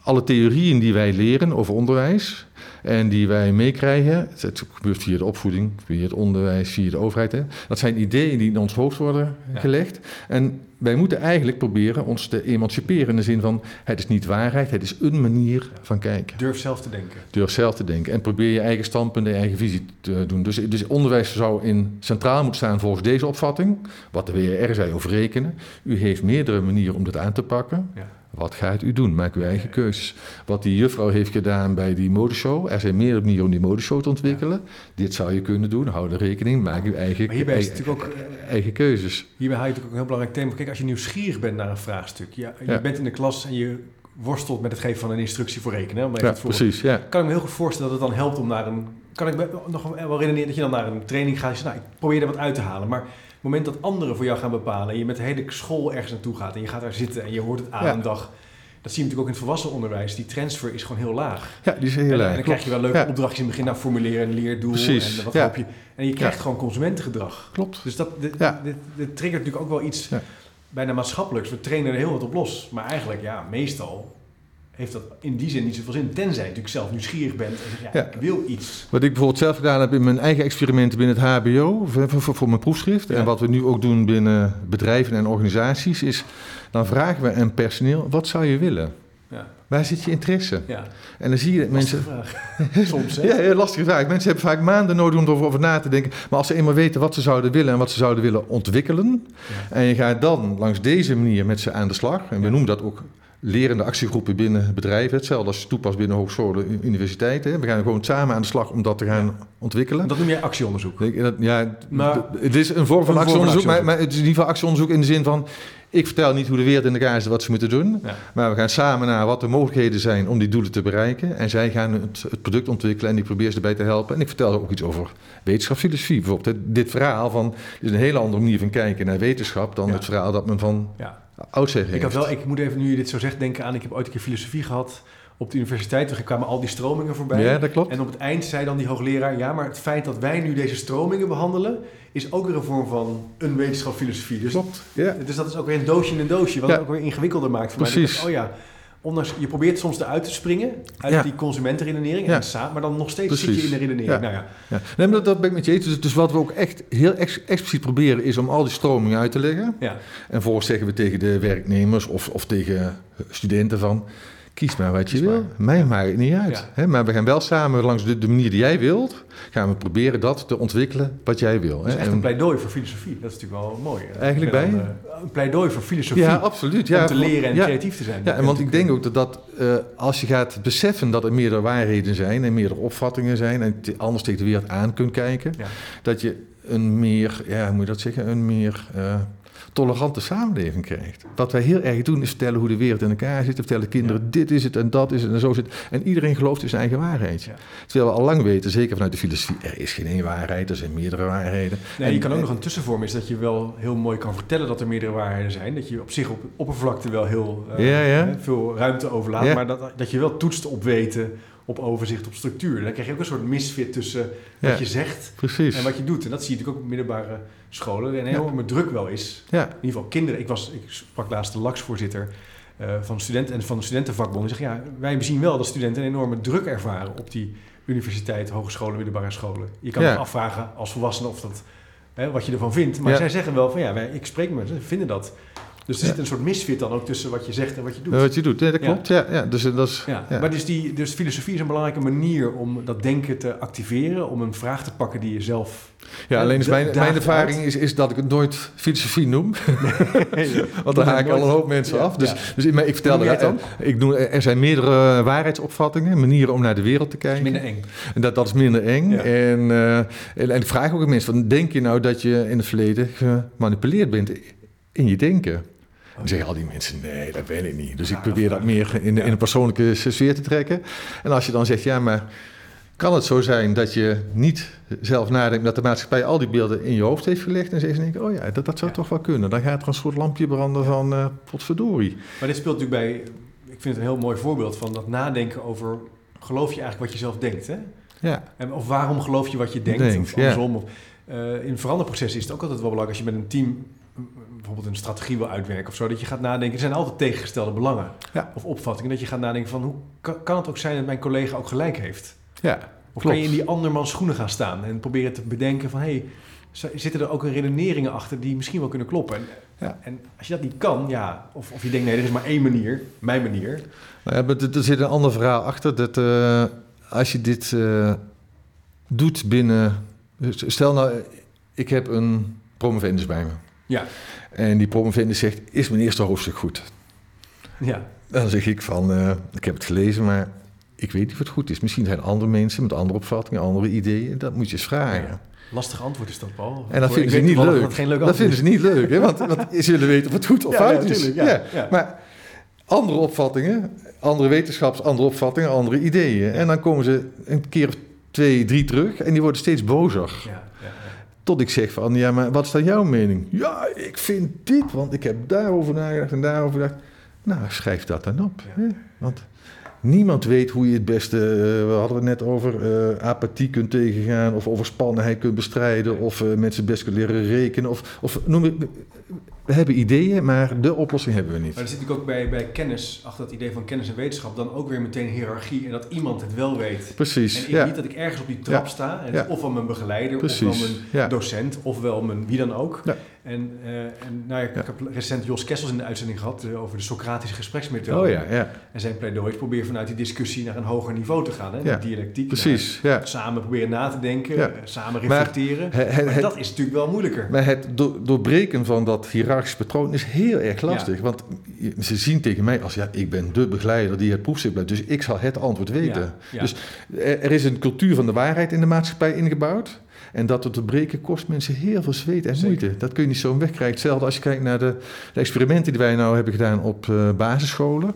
alle theorieën die wij leren over onderwijs en die wij meekrijgen, het gebeurt via de opvoeding, via het onderwijs, via de overheid, hè, dat zijn ideeën die in ons hoofd worden ja. gelegd. En wij moeten eigenlijk proberen ons te emanciperen in de zin van, het is niet waarheid, het is een manier van kijken. Durf zelf te denken. Durf zelf te denken en probeer je eigen standpunt en je eigen visie te doen. Dus, dus onderwijs zou in centraal moeten staan volgens deze opvatting, wat de W R R zei over rekenen. U heeft meerdere manieren om dat aan te pakken. Ja. Wat gaat u doen? Maak uw eigen keuzes. Wat die juffrouw heeft gedaan bij die modeshow. Er zijn meerdere manieren om die modeshow te ontwikkelen. Ja. Dit zou je kunnen doen. Hou er rekening. Maak uw eigen, maar hierbij is het natuurlijk ook, eigen keuzes. Hierbij haal je natuurlijk ook een heel belangrijk thema. Kijk, als je nieuwsgierig bent naar een vraagstuk. Ja, je ja. bent in de klas en je worstelt met het geven van een instructie voor rekenen. Hè, ja, precies. Ja. Kan ik me heel goed voorstellen dat het dan helpt om naar een... Kan ik me nog wel redeneren dat je dan naar een training gaat. Je zegt, nou, ik probeer er wat uit te halen. Maar... Op het moment dat anderen voor jou gaan bepalen en je met de hele school ergens naartoe gaat en je gaat daar zitten en je hoort het ademdag, ja. dat zie je natuurlijk ook in het volwassen onderwijs. Die transfer is gewoon heel laag. Ja, die is heel en, laag. En dan krijg je wel leuke ja. opdrachtjes in het begin, nou formuleren een leerdoel Precies. en wat ja. hoop je. En je krijgt ja. gewoon consumentengedrag. Klopt. Dus dat dit, ja. dit, dit triggert natuurlijk ook wel iets ja. bijna maatschappelijks. We trainen er heel wat op los. Maar eigenlijk, ja, meestal heeft dat in die zin niet zoveel zin. Tenzij je natuurlijk zelf nieuwsgierig bent en zegt, ja, ja. ik wil iets. Wat ik bijvoorbeeld zelf gedaan heb in mijn eigen experimenten binnen het H B O, voor, voor, voor mijn proefschrift. Ja. En wat we nu ook doen binnen bedrijven en organisaties, is dan vragen we aan personeel, wat zou je willen? Ja. Waar zit je interesse? Ja. En dan zie je dat mensen... Vraag. Soms, hè? Ja, ja, lastige vraag. Mensen hebben vaak maanden nodig om erover na te denken. Maar als ze eenmaal weten wat ze zouden willen en wat ze zouden willen ontwikkelen, ja. en je gaat dan langs deze manier met ze aan de slag, en we ja. noemen dat ook lerende actiegroepen binnen bedrijven, hetzelfde als je toepast binnen hogescholen, universiteiten. We gaan gewoon samen aan de slag om dat te gaan ja. ontwikkelen. Dat noem jij actieonderzoek? Ja, maar, het is een vorm van een actieonderzoek, maar, maar het is in ieder geval actieonderzoek in de zin van, ik vertel niet hoe de wereld in elkaar is wat ze moeten doen, ja. maar we gaan samen naar wat de mogelijkheden zijn om die doelen te bereiken. En zij gaan het, het product ontwikkelen en ik probeer ze erbij te helpen. En ik vertel ook iets over wetenschapsfilosofie. Bijvoorbeeld dit verhaal van, dit is een hele andere manier van kijken naar wetenschap dan ja. het verhaal dat men van... Ja. Ik had wel, ik moet even, nu je dit zo zegt, denken aan, ik heb ooit een keer filosofie gehad op de universiteit. Er kwamen al die stromingen voorbij. Ja, dat klopt. En op het eind zei dan die hoogleraar, ja, maar het feit dat wij nu deze stromingen behandelen, is ook weer een vorm van een wetenschapsfilosofie. Dus, klopt. Ja. Dus dat is ook weer een doosje in een doosje, wat ja. het ook weer ingewikkelder maakt voor Precies. mij. Dacht, oh ja, ondanks, je probeert soms eruit te springen uit ja. die consumentenredenering, ja. en samen, maar dan nog steeds Precies. zit je in de redenering. Ja. Nou ja. Ja. Nee, maar dat, dat ben ik met je eens. Dus, dus wat we ook echt heel ex, expliciet proberen is om al die stromingen uit te leggen. Ja. En vervolgens zeggen we tegen de werknemers of, of tegen studenten van, kies maar wat je kies wil. Maar. Mij maakt het niet uit. Ja. He, maar we gaan wel samen langs de, de manier die jij wilt, gaan we proberen dat te ontwikkelen wat jij wil. Dat is echt en, een pleidooi voor filosofie. Dat is natuurlijk wel mooi. Eigenlijk bij? Dan, uh, een pleidooi voor filosofie. Ja, absoluut. Ja, om te leren en ja, creatief te zijn. Ja, en want ik denk ook dat, dat uh, als je gaat beseffen dat er meerdere waarheden zijn en meerdere opvattingen zijn en te, anders tegen de wereld aan kunt kijken, ja. dat je een meer, ja, hoe moet je dat zeggen, een meer... Uh, tolerante samenleving krijgt. Wat wij heel erg doen is vertellen hoe de wereld in elkaar zit. Vertellen kinderen, ja. dit is het en dat is het en zo zit het. En iedereen gelooft in zijn eigen waarheid. Ja. Terwijl we al lang weten, zeker vanuit de filosofie, er is geen één waarheid, er zijn meerdere waarheden. Nee, en, je kan ook en, nog een tussenvorm is dat je wel heel mooi kan vertellen dat er meerdere waarheden zijn. Dat je op zich op oppervlakte wel heel uh, ja, ja. veel ruimte overlaat. Ja. Maar dat, dat je wel toetst op weten, op overzicht, op structuur. Dan krijg je ook een soort misfit tussen wat ja, je zegt precies. en wat je doet. En dat zie je natuurlijk ook op middelbare scholen. En heel ja. druk wel is. Ja. In ieder geval kinderen. Ik, was, ik sprak laatst de L A X-voorzitter uh, van studenten en van de studentenvakbond. Die zegt, ja, wij zien wel dat studenten een enorme druk ervaren op die universiteit, hogescholen, middelbare scholen. Je kan ja. je afvragen als volwassene of dat, hè, wat je ervan vindt. Maar ja. zij zeggen wel van, ja, wij, ik spreek met ze, vinden dat. Dus er ja. zit een soort misfit dan ook tussen wat je zegt en wat je doet. Wat je doet, ja, dat klopt. Ja. Ja, ja, dus, dat is, ja. Ja. Maar dus, die, dus filosofie is een belangrijke manier om dat denken te activeren, om een vraag te pakken die je zelf... Ja, ja alleen is mijn, mijn ervaring is, is dat ik het nooit filosofie noem. Nee, want dan haak ik al een hoop mensen ja, af. Dus, ja. dus maar ik vertelde het dan. Ik doe, er zijn meerdere waarheidsopvattingen, manieren om naar de wereld te kijken. Minder eng. En dat, dat is minder eng. Ja. En, uh, en, en ik vraag ook aan mensen, van, denk je nou dat je in het verleden gemanipuleerd bent in je denken? Dan zeggen al die mensen, nee, dat weet ik niet. Dus ja, ik probeer dat, dat meer in, ja. in een persoonlijke sfeer te trekken. En als je dan zegt, ja, maar kan het zo zijn dat je niet zelf nadenkt dat de maatschappij al die beelden in je hoofd heeft gelegd en ze denken, oh ja, dat, dat zou ja. toch wel kunnen. Dan gaat er een soort lampje branden van, uh, potverdorie. Maar dit speelt natuurlijk bij, ik vind het een heel mooi voorbeeld van dat nadenken over, geloof je eigenlijk wat je zelf denkt, hè? Ja. En, of waarom geloof je wat je denkt, denkt, of andersom. Ja. Of, uh, in veranderprocessen is het ook altijd wel belangrijk als je met een team bijvoorbeeld een strategie wil uitwerken of zo, dat je gaat nadenken, er zijn altijd tegengestelde belangen Ja. of opvattingen, dat je gaat nadenken van hoe kan, kan het ook zijn dat mijn collega ook gelijk heeft? Ja, Of klopt. kan je in die andermans schoenen gaan staan en proberen te bedenken van, hé, hey, zitten er ook een redeneringen achter die misschien wel kunnen kloppen? En, Ja. en als je dat niet kan, ja, of, of je denkt, nee, er is maar één manier, mijn manier. Nou ja, maar er er zit een ander verhaal achter. Dat uh, als je dit uh, doet binnen... Stel nou, ik heb een promovendus bij me. Ja. En die promovendus zegt, is mijn eerste hoofdstuk goed? Ja. Dan zeg ik van, uh, ik heb het gelezen, maar ik weet niet of het goed is. Misschien zijn andere mensen met andere opvattingen, andere ideeën. Dat moet je eens vragen. Ja. Lastig antwoord is dat, Paul. En dat Voor, vinden ze niet leuk. Dat, geen leuk dat vinden ze niet leuk, hè? Want, want ze willen weten of het goed of ja, fout ja, is. Tuurlijk, ja, ja. Ja. Maar andere opvattingen, andere wetenschaps, andere opvattingen, andere ideeën. Ja. En dan komen ze een keer of twee, drie terug en die worden steeds bozer. Ja, ja, ja. Tot ik zeg van, ja, maar wat is dan jouw mening? Ja, ik vind dit, want ik heb daarover nagedacht en daarover nagedacht. Nou, schrijf dat dan op. Ja. Hè? Want niemand weet hoe je het beste, uh, we hadden het net over, uh, apathie kunt tegengaan, of overspannenheid kunt bestrijden, of uh, mensen best kunnen leren rekenen, of, of noem het. We hebben ideeën, maar de oplossing hebben we niet. Maar er zit natuurlijk ook bij, bij kennis, achter dat idee van kennis en wetenschap, dan ook weer meteen hiërarchie en dat iemand het wel weet. Precies. En ik ja. niet dat ik ergens op die trap ja. sta, en ja. ofwel mijn begeleider, Precies. ofwel mijn ja. docent, ofwel mijn wie dan ook. Ja. En, uh, en nou ja, ik ja. heb recent Jos Kessels in de uitzending gehad uh, over de Socratische gespreksmethode. Oh ja, ja. En zijn pleidooi is proberen vanuit die discussie naar een hoger niveau te gaan. Hè? Ja. Naar dialectiek. Precies. Naar, ja. Samen proberen na te denken, Ja. samen reflecteren. Maar, he, he, maar dat is natuurlijk wel moeilijker. Maar het do- doorbreken van dat hiërarchisch patroon is heel erg lastig. Ja. Want ze zien tegen mij als, ja, ik ben de begeleider die het proefschrift blijft, dus ik zal het antwoord weten. Ja. Ja. Dus er, er is een cultuur van de waarheid in de maatschappij ingebouwd. En dat te doorbreken kost mensen heel veel zweet en moeite. Zeker. Dat kun je niet zo wegkrijgen. Hetzelfde als je kijkt naar de, de experimenten die wij nou hebben gedaan op uh, basisscholen.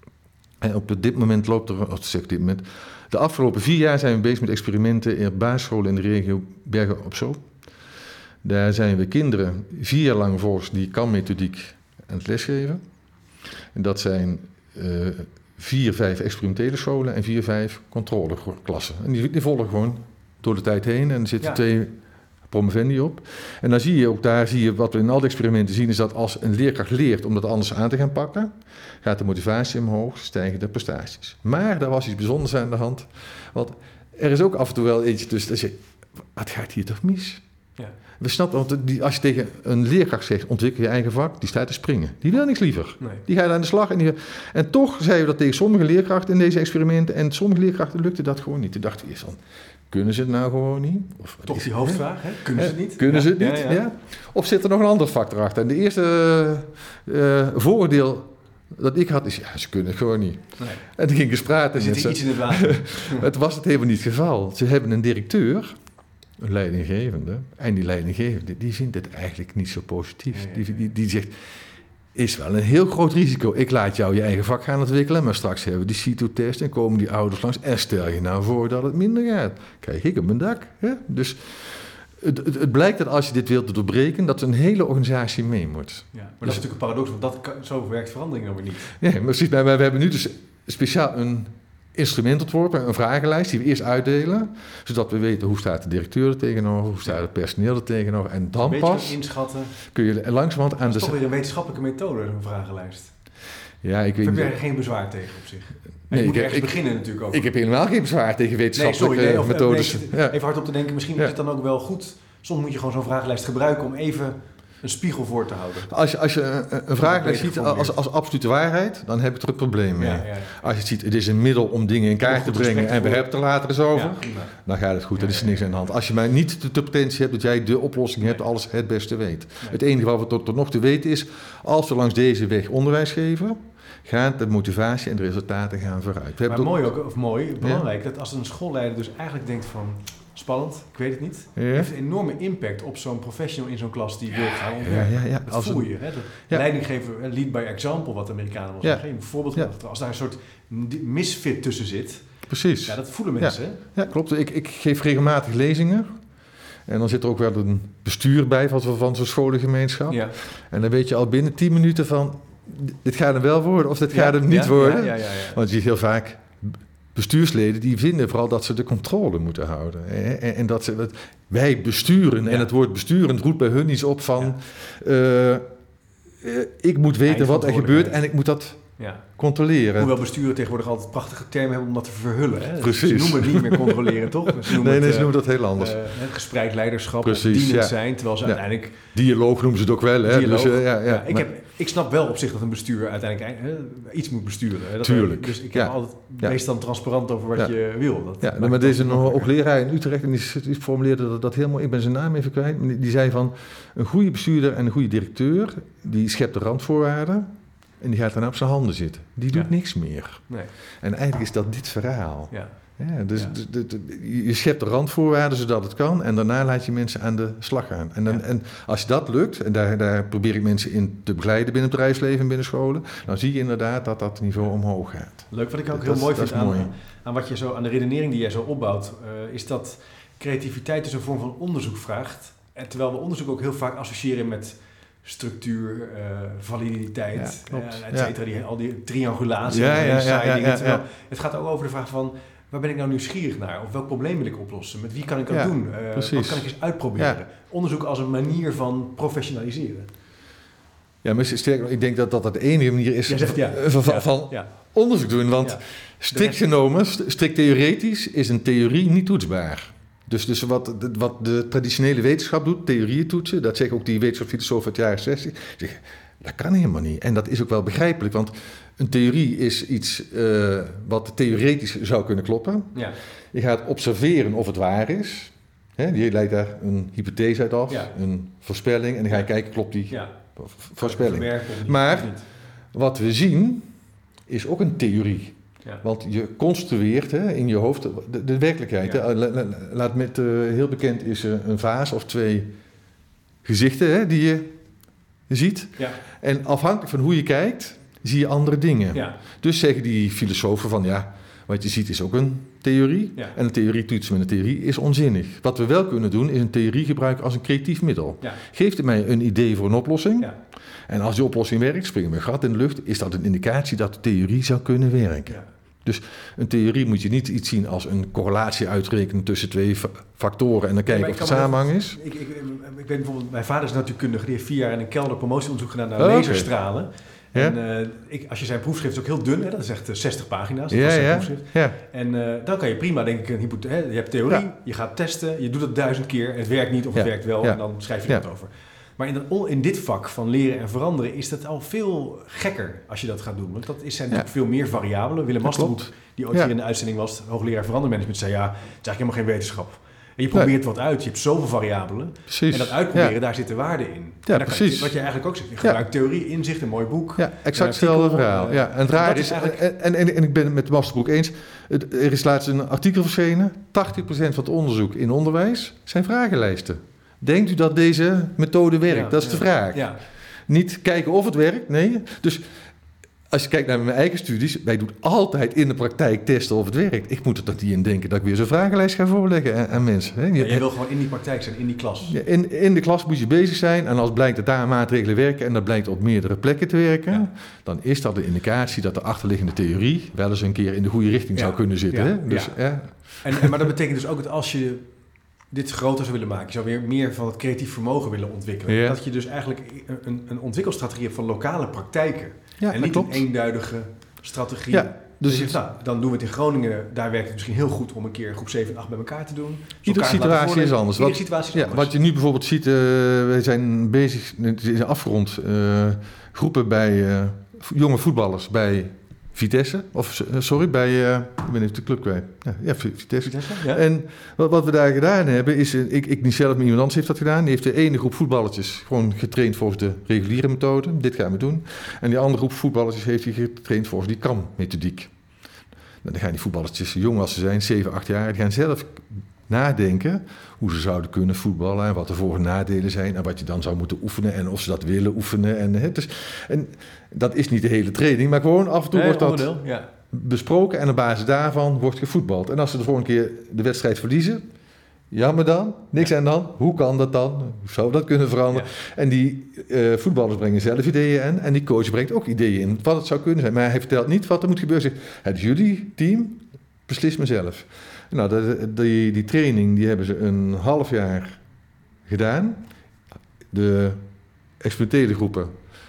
En op dit moment loopt er, wat zeg ik dit moment, de afgelopen vier jaar zijn we bezig met experimenten in basisscholen in de regio Bergen op Zoom. Daar zijn we kinderen vier jaar lang volgens die K A M-methodiek aan het lesgeven. En dat zijn uh, vier, vijf experimentele scholen en vier, vijf controleklassen. En die, die volgen gewoon door de tijd heen en er zitten ja. twee promovendi op. En dan zie je ook daar, zie je wat we in al die experimenten zien, is dat als een leerkracht leert om dat anders aan te gaan pakken, gaat de motivatie omhoog, stijgen de prestaties. Maar daar was iets bijzonders aan de hand. Want er is ook af en toe wel eentje tussen, dat je, wat gaat hier toch mis? Ja. We snappen, want die, als je tegen een leerkracht zegt, ontwikkel je eigen vak, die staat te springen. Die wil niks liever. Nee. Die gaat aan de slag. En, die, en toch zeiden we dat tegen sommige leerkrachten in deze experimenten. En sommige leerkrachten lukte dat gewoon niet. Toen dachten we eerst van, kunnen ze het nou gewoon niet? Of, toch die hoofdvraag, hè? Kunnen ze het niet? Kunnen ja. ze het niet? Ja, ja. Ja. Of zit er nog een andere factor achter? En de eerste uh, uh, vooroordeel dat ik had is, ja, ze kunnen het gewoon niet. Nee. En toen ging ik eens praten. Er zit iets in het water. Het was het helemaal niet het geval. Ze hebben een directeur, een leidinggevende, en die leidinggevende, die vindt het eigenlijk niet zo positief. Ja, ja, ja. Die, die, die zegt, is wel een heel groot risico. Ik laat jou je eigen vak gaan ontwikkelen, maar straks hebben we die C I T O-test en komen die ouders langs. En stel je nou voor dat het minder gaat. Krijg ik op mijn dak. Hè? Dus het, het, het blijkt dat als je dit wilt doorbreken, dat een hele organisatie mee moet. Ja, maar dus, dat is natuurlijk een paradox, want dat kan, zo werkt verandering nog weer niet. Ja, maar precies. Maar we hebben nu dus speciaal een instrument ontworpen, een vragenlijst die we eerst uitdelen, zodat we weten hoe staat de directeur er tegenover, hoe staat het personeel er tegenover. En dan een pas inschatten. Kun je langzamerhand aan de... Dat is toch weer een wetenschappelijke methode, een vragenlijst. Ja, ik weet niet. Heb je er geen bezwaar tegen op zich? Nee, je moet ik, ergens ik, beginnen natuurlijk ook. Ik heb helemaal geen bezwaar tegen wetenschappelijke nee, sorry, nee, of, methodes. Nee, ja. Even hard op te denken, misschien ja. is het dan ook wel goed. Soms moet je gewoon zo'n vragenlijst gebruiken om even een spiegel voor te houden. Als je, als je een, een vragenlijst ziet als, als absolute waarheid, dan heb je er een probleem mee. Ja, ja, ja. Als je het ziet, het is een middel om dingen in kaart te brengen en we hebben het er later eens over, ja, dan gaat het goed. Er ja, is niks aan de hand. Als je maar niet de, de potentie hebt dat jij de oplossing hebt, alles het beste weet. Nee. Het enige wat we tot, tot nog te weten is, als we langs deze weg onderwijs geven, gaan de motivatie en de resultaten gaan vooruit. We maar mooi ook, of mooi, belangrijk, ja? dat als een schoolleider dus eigenlijk denkt van, spannend, ik weet het niet. Het ja. heeft een enorme impact op zo'n professional in zo'n klas die ja, wil gaan ontwerpen. Ja, ja, ja. Dat als voel je. Hè? Dat ja. Leidinggever, lead by example, wat de Amerikanen wel zeggen. Ja. Een voorbeeld ja. als daar een soort misfit tussen zit. Precies. Ja, dat voelen mensen. Ja, ja klopt. Ik, ik geef regelmatig lezingen. En dan zit er ook wel een bestuur bij van, van zo'n scholengemeenschap. Ja. En dan weet je al binnen tien minuten van, dit gaat hem wel worden of dit ja. gaat hem niet ja. worden. Ja, ja, ja, ja. Want je ziet heel vaak bestuursleden die vinden vooral dat ze de controle moeten houden. Hè? En, en dat ze, wij besturen, ja. en het woord besturen roept bij hun iets op van, ja. uh, uh, ik moet weten wat er gebeurt en ik moet dat ja. controleren. Hoewel besturen tegenwoordig altijd prachtige termen hebben om dat te verhullen. Hè? Precies. Ze noemen het niet meer controleren, toch? Ze noemen nee, nee, het, ze noemen dat heel anders. Uh, het gespreid leiderschap, Precies, dienend ja. zijn, terwijl ze ja. uiteindelijk... Dialoog noemen ze het ook wel, hè? Dialoog, dus, uh, ja, ja, ja, ik, maar... heb, ik snap wel op zich dat een bestuur uiteindelijk uh, iets moet besturen. Hè? Dat Tuurlijk. Er, dus ik ja. heb altijd ja. meest dan transparant over wat ja. je wil. Dat ja, maar deze nog ook leraar in Utrecht, en die, die formuleerde dat, dat heel mooi. Ik ben zijn naam even kwijt. Die, die zei van, een goede bestuurder en een goede directeur, die schept de randvoorwaarden. En die gaat daarna op zijn handen zitten. Die doet ja. niks meer. Nee. En eigenlijk is dat dit verhaal. Ja. Ja, dus ja. De, de, de, je schept de randvoorwaarden zodat het kan. En daarna laat je mensen aan de slag gaan. En, dan, ja. en als je dat lukt, en daar, daar probeer ik mensen in te begeleiden binnen het bedrijfsleven en binnen scholen. Dan zie je inderdaad dat dat niveau omhoog gaat. Leuk, wat ik ook heel dat, mooi dat vind aan, mooi. aan wat je zo, aan de redenering die jij zo opbouwt. Uh, is dat creativiteit dus een vorm van onderzoek vraagt. En terwijl we onderzoek ook heel vaak associëren met... structuur, uh, validiteit, ja, uh, et cetera, ja. die, al die triangulatie, ja, ja, ja, ja, ja, ja. Het gaat ook over de vraag van, waar ben ik nou nieuwsgierig naar? Of welk probleem wil ik oplossen? Met wie kan ik dat ja, doen? Uh, wat kan ik eens uitproberen? Ja. Onderzoek als een manier van professionaliseren. Ja, maar sterker, ik denk dat dat de enige manier is zegt, ja. van, van, ja. van ja. onderzoek doen. Want ja. strikt genomen, strikt theoretisch, is een theorie niet toetsbaar. Dus, dus wat, wat de traditionele wetenschap doet, theorieën toetsen, dat zeggen ook die wetenschapsfilosofen uit de jaren zestig, zeggen, dat kan helemaal niet. En dat is ook wel begrijpelijk, want een theorie is iets uh, wat theoretisch zou kunnen kloppen. Ja. Je gaat observeren of het waar is. He, je leidt daar een hypothese uit af, ja. een voorspelling, en dan ga je kijken, klopt die ja. voorspelling. Maar wat we zien, is ook een theorie. Ja. Want je construeert hè, in je hoofd de, de werkelijkheid. Ja. Hè. Laat met, uh, heel bekend is uh, een vaas of twee gezichten hè, die je ziet. Ja. En afhankelijk van hoe je kijkt, zie je andere dingen. Ja. Dus zeggen die filosofen van ja, wat je ziet is ook een theorie. Ja. En een theorie toetsen met een theorie is onzinnig. Wat we wel kunnen doen is een theorie gebruiken als een creatief middel. Ja. Geeft het mij een idee voor een oplossing. Ja. En als die oplossing werkt, springen we een gat in de lucht, is dat een indicatie dat de theorie zou kunnen werken. Ja. Dus een theorie moet je niet iets zien als een correlatie uitrekenen tussen twee factoren en dan kijken ja, of het samenhang is. Ik, ik, ik, ik weet bijvoorbeeld, mijn vader is natuurkundige, die heeft vier jaar in een kelder promotieonderzoek gedaan naar oh, laserstralen. Okay. En ja? uh, ik, als je zijn proefschrift is ook heel dun, hè, dat is echt uh, zestig pagina's. Dat ja, zijn ja, proefschrift. Ja. En uh, dan kan je prima, denk ik, een hypothese. Je hebt theorie, ja. je gaat testen, je doet het duizend keer, het werkt niet of het ja. werkt wel ja. en dan schrijf je ja. dat over. Maar in, dat, in dit vak van leren en veranderen is dat al veel gekker als je dat gaat doen. Want dat is, zijn natuurlijk ja. veel meer variabelen. Willem Masterhoed, die ooit ja. hier in de uitzending was, hoogleraar verandermanagement, zei ja, het is eigenlijk helemaal geen wetenschap. En je probeert nee. wat uit, je hebt zoveel variabelen. Precies. En dat uitproberen, ja. daar zit de waarde in. Ja, en precies. Je, wat je eigenlijk ook zegt, je gebruikt ja. theorie, inzicht, een mooi boek. Ja, exact hetzelfde verhaal. Ja. En het raar is, eigenlijk... en, en, en, en ik ben het met Masterbroek eens, er is laatst een artikel verschenen, tachtig procent van het onderzoek in onderwijs zijn vragenlijsten. Denkt u dat deze methode werkt? Ja, dat is ja. de vraag. Ja. Niet kijken of het werkt, nee. Dus als je kijkt naar mijn eigen studies, wij doen altijd in de praktijk testen of het werkt. Ik moet er toch niet in denken dat ik weer zo'n vragenlijst ga voorleggen aan, aan mensen. Hè. Ja, jij wil gewoon in die praktijk zijn, in die klas. Ja, in, in de klas moet je bezig zijn en als blijkt dat daar maatregelen werken en dat blijkt op meerdere plekken te werken, ja. dan is dat een indicatie dat de achterliggende theorie wel eens een keer in de goede richting ja. zou kunnen zitten. Ja. Hè. Dus, ja. Ja. En, en, maar dat betekent dus ook dat als je dit groter zou willen maken, je zou weer meer van het creatief vermogen willen ontwikkelen. Ja. Dat je dus eigenlijk een, een ontwikkelstrategie hebt van lokale praktijken. Ja, en niet klopt. Een eenduidige strategie. Ja, dus dus je zegt, nou, dan doen we het in Groningen. Daar werkt het misschien heel goed om een keer groep zeven en acht bij elkaar te doen. Iedere situatie is anders. Iedere situatie is ja, anders. Wat je nu bijvoorbeeld ziet, uh, we zijn bezig, het is afgerond, uh, groepen bij uh, jonge voetballers bij Vitesse, of sorry, bij, uh, ik ben even de club kwijt. Ja, ja Vitesse. Vitesse ja. En wat, wat we daar gedaan hebben, is, ik, ik niet zelf, maar iemand anders heeft dat gedaan. Die heeft de ene groep voetballertjes gewoon getraind volgens de reguliere methode. Dit gaan we doen. En die andere groep voetballertjes heeft hij getraind volgens die K A M-methodiek. Dan gaan die voetballertjes, jong als ze zijn, zeven, acht jaar, die gaan zelf nadenken hoe ze zouden kunnen voetballen en wat de voor- en nadelen zijn en wat je dan zou moeten oefenen en of ze dat willen oefenen. En, hè, dus, en dat is niet de hele training, maar gewoon af en toe nee, wordt dat onderdeel, ja. besproken en op basis daarvan wordt gevoetbald. En als ze de volgende keer de wedstrijd verliezen, jammer dan, niks ja. aan dan. Hoe kan dat dan? Hoe zou dat kunnen veranderen? Ja. En die uh, voetballers brengen zelf ideeën in en die coach brengt ook ideeën in wat het zou kunnen zijn. Maar hij vertelt niet wat er moet gebeuren. Hij zegt, het is jullie team, beslis mezelf. Nou, de, die, die training die hebben ze een half jaar gedaan. De experimentele groepen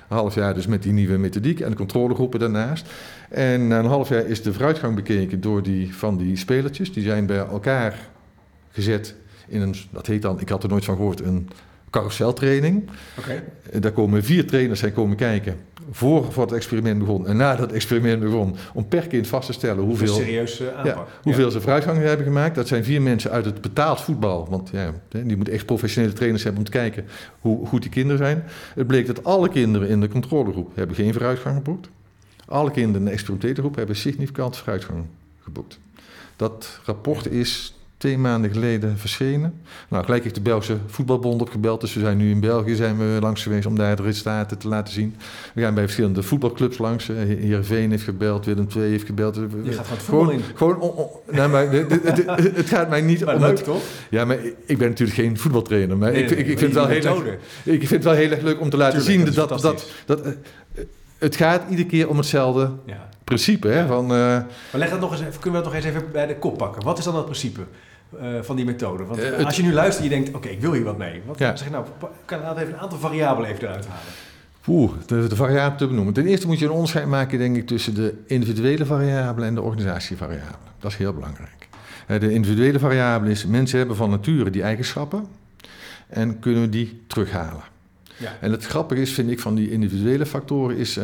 Een half jaar dus met die nieuwe methodiek en de controlegroepen daarnaast. En na een half jaar is de vooruitgang bekeken door die, van die spelertjes. Die zijn bij elkaar gezet in een, dat heet dan, ik had er nooit van gehoord, een carouseltraining. Okay. Daar komen vier trainers zijn komen kijken voor, voor het experiment begon en nadat het experiment begon, om per kind vast te stellen hoeveel, serieus, uh, aanpak. Ja, hoeveel ja. ze vooruitgang hebben gemaakt. Dat zijn vier mensen uit het betaald voetbal, want ja, die moeten echt professionele trainers hebben om te kijken hoe goed die kinderen zijn. Het bleek dat alle kinderen in de controlegroep hebben geen vooruitgang geboekt. Alle kinderen in de experimentele groep hebben significant vooruitgang geboekt. Dat rapport is twee maanden geleden verschenen. Nou, gelijk heeft de Belgische voetbalbond opgebeld. Dus we zijn nu in België zijn we langs geweest om daar de resultaten te laten zien. We gaan bij verschillende voetbalclubs langs. Heerenveen heeft gebeld, Willem twee heeft gebeld. Je gaat van het voetbal in. Gewoon, on, on, nou, maar de, de, de, de, het gaat mij niet maar om... leuk, het, toch? Ja, maar ik ben natuurlijk geen voetbaltrainer. Maar nee, ik, nee, ik, nee, ik, vind het wel heel erg, ik vind het wel heel erg leuk om te laten Tuurlijk, zien... dat, dat, dat, dat, dat, het gaat iedere keer om hetzelfde ja. principe. Hè, van, uh, maar leg dat nog eens even, kunnen we dat nog eens even bij de kop pakken? Wat is dan het principe? Uh, van die methode. Want uh, als je nu luistert en je denkt, oké, okay, ik wil hier wat mee. Wat ja. zeg je nou, kan ik even een aantal variabelen even eruit halen? Oeh, de, de variabelen te benoemen. Ten eerste moet je een onderscheid maken, denk ik, tussen de individuele variabelen en de organisatievariabelen. Dat is heel belangrijk. Uh, de individuele variabele is, mensen hebben van nature die eigenschappen en kunnen we die terughalen. Ja. En het grappige is, vind ik, van die individuele factoren is... Uh,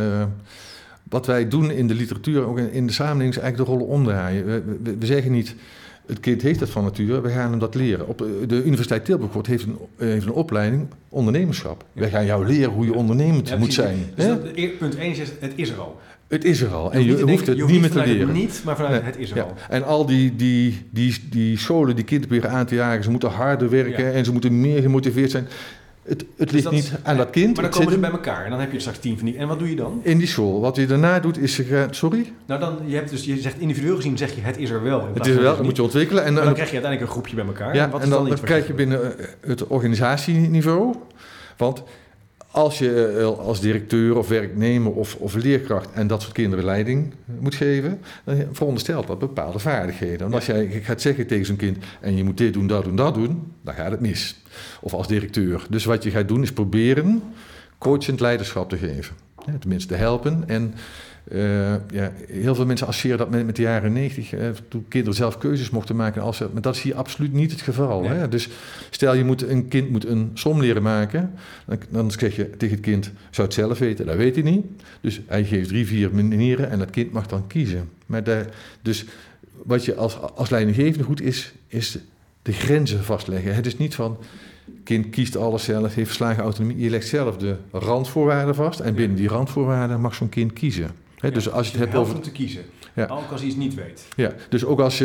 wat wij doen in de literatuur, ook in de samenleving, is eigenlijk de rollen omdraaien. We, we, we zeggen niet... Het kind heeft het van nature, we gaan hem dat leren. Op de Universiteit Tilburg heeft een, heeft een opleiding ondernemerschap. Ja. Wij gaan jou leren hoe je ondernemend ja, moet zijn. Dus dat, punt één is, het is er al. Het is er al. En je, je hoeft denken, het je niet meer te leren. Het niet, maar vanuit nee. het is er ja. al. En al die, die, die, die scholen die kinderen proberen aan te jagen, ze moeten harder werken ja. en ze moeten meer gemotiveerd zijn. Het, het dus ligt dat, niet aan dat kind. Maar dan komen ze bij elkaar en dan heb je straks tien van die. En wat doe je dan? In die school. Wat je daarna doet is... Uh, sorry? Nou dan, je hebt dus, je zegt individueel gezien zeg je het is er wel. Het is er wel, dat moet je ontwikkelen. En, maar dan krijg je uiteindelijk een groepje bij elkaar. Ja, en wat en is dan, dan, dan krijg je binnen het organisatieniveau. Want als je uh, als directeur of werknemer of, of leerkracht en dat soort kinderen leiding moet geven, dan veronderstelt dat bepaalde vaardigheden. Want als jij gaat zeggen tegen zo'n kind, en je moet dit doen, dat doen, dat doen, dan gaat het mis. Of als directeur. Dus wat je gaat doen is proberen coachend leiderschap te geven. Ja, tenminste te helpen. En uh, ja, heel veel mensen associëren dat met, met de jaren negentig, uh, toen kinderen zelf keuzes mochten maken. Als ze, maar dat is hier absoluut niet het geval. Nee. Hè? Dus stel je moet een kind moet een som leren maken, dan, dan zeg je tegen het kind, zou het zelf weten? Dat weet hij niet. Dus hij geeft drie, vier manieren en dat kind mag dan kiezen. Maar de, dus wat je als, als leidinggevende goed is, is de grenzen vastleggen. Het is niet van... kind kiest alles zelf, heeft verslagen autonomie. Je legt zelf de randvoorwaarden vast. En binnen die randvoorwaarden mag zo'n kind kiezen. He, ja, dus als je het hebt over om te kiezen. Ja. Ook als hij iets niet weet. Ja, dus ook als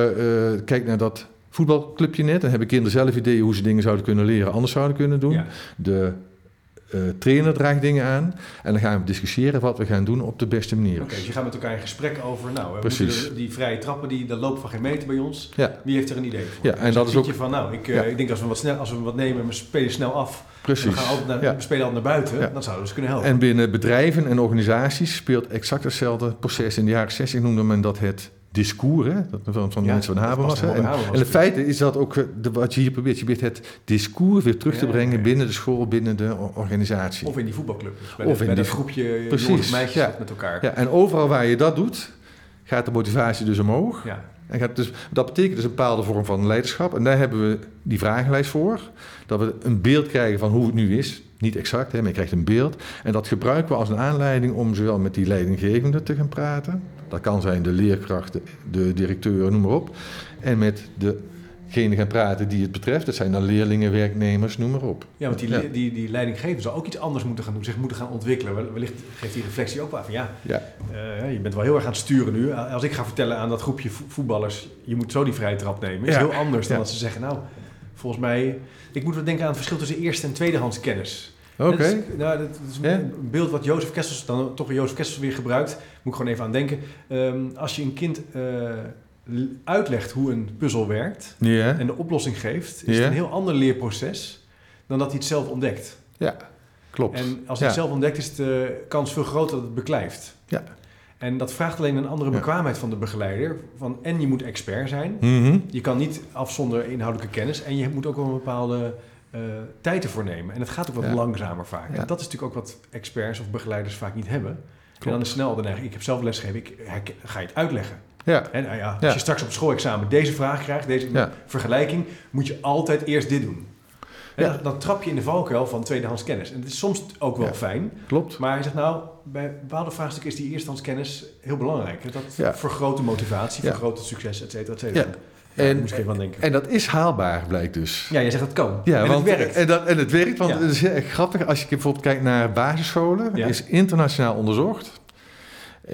je uh, kijkt naar dat voetbalclubje net, dan hebben kinderen zelf ideeën hoe ze dingen zouden kunnen leren, anders zouden kunnen doen. Ja. De uh, trainer draagt dingen aan. En dan gaan we discussiëren wat we gaan doen op de beste manier. Oké, okay, dus je gaat met elkaar in gesprek over, nou, we moeten die vrije trappen, die, dat lopen van geen meter bij ons. Ja. Wie heeft er een idee voor? Ja, en dus dat is ook... van, nou, ik, ja. uh, ik denk als we wat snel, als we wat nemen, we spelen snel af. Precies. We, gaan altijd naar, ja. we spelen altijd naar buiten, ja. dan zouden we ze kunnen helpen. En binnen bedrijven en organisaties speelt exact hetzelfde proces. In de jaren zestig noemde men dat het discours, hè? Dat van, van ja, mensen van Habermas. En, en het feit is dat ook de, wat je hier probeert, je probeert het discours weer terug te brengen ja, ja, ja. binnen de school, binnen de organisatie. Of in die voetbalclub, dus bij, of de, in bij die dat groepje jongens meisjes ja. met elkaar. Ja, en overal waar je dat doet, gaat de motivatie dus omhoog. Ja. En gaat dus, dat betekent dus een bepaalde vorm van leiderschap. En daar hebben we die vragenlijst voor. Dat we een beeld krijgen van hoe het nu is. Niet exact, hè, maar je krijgt een beeld. En dat gebruiken we als een aanleiding om zowel met die leidinggevende te gaan praten. Dat kan zijn de leerkrachten, de directeur, noem maar op. En met degene gaan praten die het betreft. Dat zijn dan leerlingen, werknemers, noem maar op. Ja, want die, ja. die, die leidinggevende zou ook iets anders moeten gaan doen. Zich moeten gaan ontwikkelen. Wellicht geeft die reflectie ook wel van ja, ja. Uh, je bent wel heel erg aan het sturen nu. Als ik ga vertellen aan dat groepje voetballers, je moet zo die vrije trap nemen. Is ja. heel anders dan ja. dat ze zeggen, nou, volgens mij... Ik moet wel denken aan het verschil tussen eerste en tweedehands kennis. Oké. Okay. Nou, dat is een ja? beeld wat Jozef Kessels, dan toch Jozef Kessels weer gebruikt. Moet ik gewoon even aan denken. Um, als je een kind uh, uitlegt hoe een puzzel werkt ja. en de oplossing geeft, is ja. het een heel ander leerproces dan dat hij het zelf ontdekt. Ja, klopt. En als hij ja. het zelf ontdekt, is de kans veel groter dat het beklijft. Ja. En dat vraagt alleen een andere bekwaamheid ja. van de begeleider. Van, en je moet expert zijn. Mm-hmm. Je kan niet afzonderen inhoudelijke kennis. En je moet ook wel een bepaalde uh, tijd ervoor nemen. En het gaat ook wat ja. langzamer vaak. Ja. En dat is natuurlijk ook wat experts of begeleiders vaak niet hebben. Klopt. En dan is snel de neiging. Ik heb zelf lesgegeven, ik ga je het uitleggen. Ja. En nou ja, als ja. je straks op schoolexamen deze vraag krijgt, deze ja. vergelijking, moet je altijd eerst dit doen. En ja. dan, dan trap je in de valkuil van tweedehands kennis. En het is soms ook wel ja. fijn. Klopt. Maar hij zegt nou, bij bepaalde vraagstukken is die eerstehands kennis heel belangrijk. Dat ja. vergroot de motivatie, ja. vergroot het succes, et cetera, et cetera. Ja. Ja, en, moest ik even aan denken. En dat is haalbaar, blijkt dus. Ja, jij zegt dat kan. Ja, en want, het werkt. En, dat, en het werkt, want ja. het is heel erg grappig. Als je bijvoorbeeld kijkt naar basisscholen, ja. is internationaal onderzocht. Uh,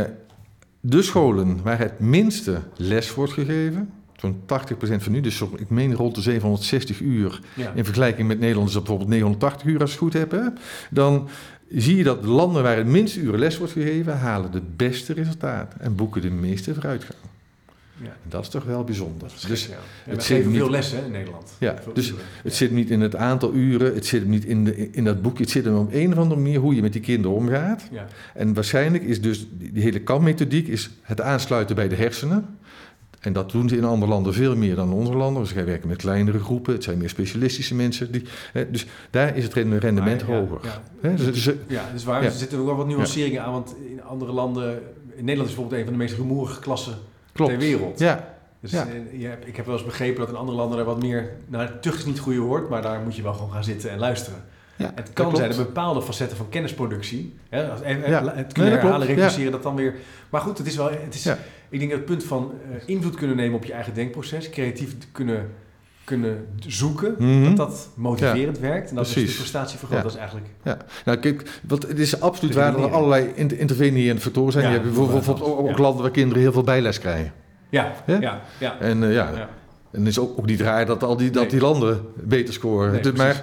de scholen waar het minste les wordt gegeven, zo'n tachtig procent van nu, dus ik meen rond de zevenhonderdzestig uur, ja. in vergelijking met Nederland is dat bijvoorbeeld negenhonderdtachtig uur als ik het goed heb, hè, dan zie je dat de landen waar het minste uren les wordt gegeven, halen de beste resultaten en boeken de meeste vooruitgang. Ja. En dat is toch wel bijzonder. Gek, dus ja. Ja, het we zit geven niet, veel lessen in Nederland. Ja, veel dus uren. het ja. zit niet in het aantal uren, het zit niet in, de, in dat boekje, het zit hem op een of andere manier hoe je met die kinderen omgaat. Ja. En waarschijnlijk is dus die, die hele K A M-methodiek is het aansluiten bij de hersenen. En dat doen ze in andere landen veel meer dan in onze landen. Dus zij werken met kleinere groepen, het zijn meer specialistische mensen. Die, hè, dus daar is het rendement ah, ja, hoger. Ja, hè, dus, dus, ja, dus waar ja. er zitten ook wel wat nuanceringen ja. aan, want in andere landen, in Nederland is bijvoorbeeld een van de meest rumoerige klassen Klopt. ter wereld. Ja. Dus ja. je hebt, ik heb wel eens begrepen dat in andere landen er wat meer, nou tucht is niet het goede woord, maar daar moet je wel gewoon gaan zitten en luisteren. Ja, het kan zijn dat bepaalde facetten van kennisproductie, hè, als, ja. het kunnen nee, herhalen, recognosceren, ja. dat dan weer. Maar goed, het is wel, het is, ja. ik denk dat het punt van uh, invloed kunnen nemen op je eigen denkproces, creatief kunnen, kunnen zoeken, mm-hmm. dat dat motiverend ja. werkt en dat Precies. is de prestatie vergroot. Ja. Dat is eigenlijk. Ja, nou kijk, wat, het is absoluut waar dat er allerlei intervenerende factoren zijn. Ja, je hebt bijvoorbeeld ook, ook ja. landen waar kinderen heel veel bijles krijgen. Ja, ja, ja. ja. En uh, ja. ja, en het is ook, ook niet raar dat al die, dat nee. die landen beter scoren. Nee, dus, maar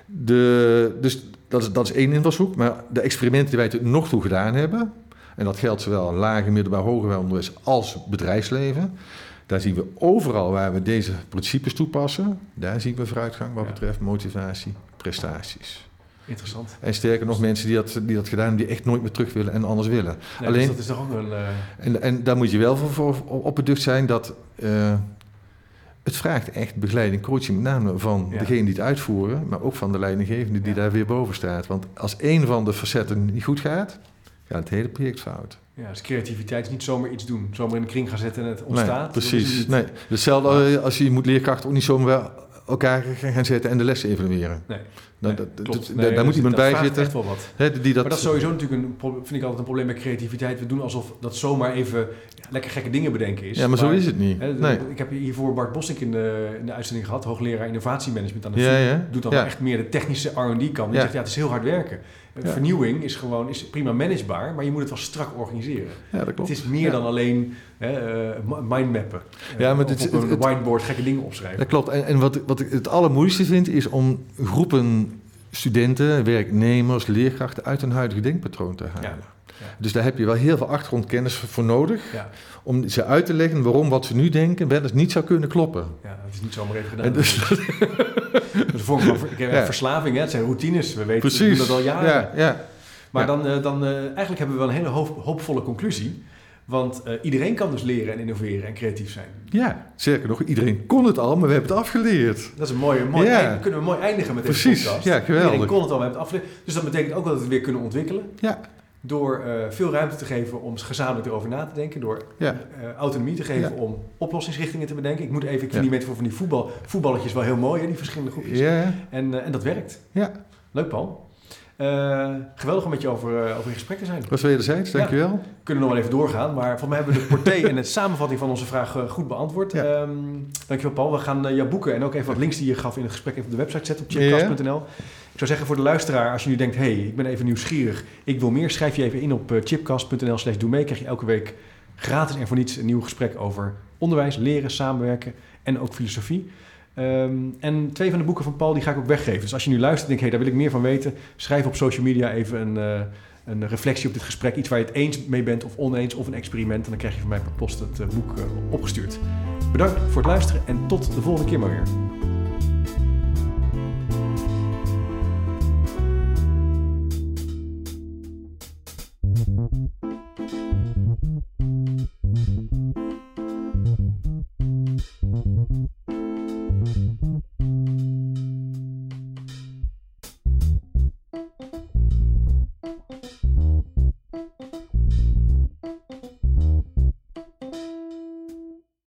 de, dus dat is, dat is één invalshoek. Maar de experimenten die wij tot nog toe gedaan hebben, en dat geldt zowel lager, middelbaar, hoger onderwijs als bedrijfsleven, daar zien we overal waar we deze principes toepassen, daar zien we vooruitgang wat ja. betreft motivatie, prestaties. Interessant. En sterker nog, mensen die dat, die dat gedaan hebben, die echt nooit meer terug willen en anders willen. Nee, Alleen, dus dat is toch ook wel... Uh... En, en daar moet je wel voor, voor op beducht zijn dat uh, het vraagt echt begeleiding, coaching, met name van ja. degene die het uitvoeren, maar ook van de leidinggevende die ja. daar weer boven staat. Want als één van de facetten niet goed gaat, gaat het hele project fout. Ja, dus creativiteit is niet zomaar iets doen, zomaar in een kring gaan zetten en het ontstaat. Nee, precies. Nee. Hetzelfde maar, als je moet leerkrachten ook niet zomaar elkaar gaan zetten en de lessen evalueren. Nee. Nee, dat, dat, nee, daar moet iemand bij zitten. Echt wel wat. He, die dat, maar dat is sowieso natuurlijk een, vind ik altijd een probleem met creativiteit. We doen alsof dat zomaar even ja, lekker gekke dingen bedenken is. Ja, maar, maar zo is het niet. He, nee. Ik heb hiervoor Bart Bossink in de, in de uitzending gehad, hoogleraar innovatiemanagement aan de ja, V U. Ja. Doet dan ja. wel echt meer de technische R en D kant. Die ja. zegt, ja, het is heel hard werken. Ja. Vernieuwing is gewoon is prima managebaar, maar je moet het wel strak organiseren. Ja, dat klopt. Het is meer ja. dan alleen hè, uh, mindmappen. Ja, maar uh, het, op een het, whiteboard gekke dingen opschrijven. Dat klopt. En, en wat, wat ik het allermoeilijkste vind, is om groepen studenten, werknemers, leerkrachten uit hun huidige denkpatroon te halen. Ja. Ja. Dus daar heb je wel heel veel achtergrondkennis voor nodig. Ja. Om ze uit te leggen waarom wat ze nu denken wel eens niet zou kunnen kloppen. Ja, dat is niet zomaar even gedaan. Dus, dat is een vorm van ik heb ja. verslaving, hè? Het zijn routines. We weten Precies. we doen dat al jaren. Ja, ja. Maar ja. dan, uh, dan uh, eigenlijk hebben we wel een hele hoop, hoopvolle conclusie. Want uh, iedereen kan dus leren en innoveren en creatief zijn. Ja, zeker nog. Iedereen kon het al, maar we hebben het afgeleerd. Dat is een mooie, mooie ja. eind, kunnen we mooi eindigen met Precies. deze podcast. Ja, geweldig. Iedereen kon het al, we hebben het afgeleerd. Dus dat betekent ook dat we het weer kunnen ontwikkelen. Ja. Door uh, veel ruimte te geven om gezamenlijk erover na te denken. Door ja. uh, autonomie te geven ja. om oplossingsrichtingen te bedenken. Ik moet even, ik vind ja. die metafoor van die voetbal, voetballetjes wel heel mooi, hè, die verschillende groepjes. Ja. En, uh, en dat werkt. Ja. Leuk, Paul. Uh, geweldig om met je over, uh, over in gesprek te zijn. Dat was wederzijds, dankjewel. Ja, we kunnen nog wel even doorgaan, maar volgens mij hebben we de portée en de samenvatting van onze vraag uh, goed beantwoord. Ja. Um, dankjewel, Paul. We gaan uh, jouw boeken en ook even wat links die je gaf in het gesprek even op de website zetten op chipcast punt n l. Ja. Ik zou zeggen voor de luisteraar, als je nu denkt, hé, hey, ik ben even nieuwsgierig, ik wil meer, schrijf je even in op uh, chipcast punt n l slash doe mee. Krijg je elke week gratis en voor niets een nieuw gesprek over onderwijs, leren, samenwerken en ook filosofie. Um, en twee van de boeken van Paul die ga ik ook weggeven. Dus als je nu luistert en denkt, hé, hey, daar wil ik meer van weten, schrijf op social media even een, uh, een reflectie op dit gesprek. Iets waar je het eens mee bent of oneens of een experiment. En dan krijg je van mij per post het uh, boek uh, opgestuurd. Bedankt voor het luisteren en tot de volgende keer maar weer.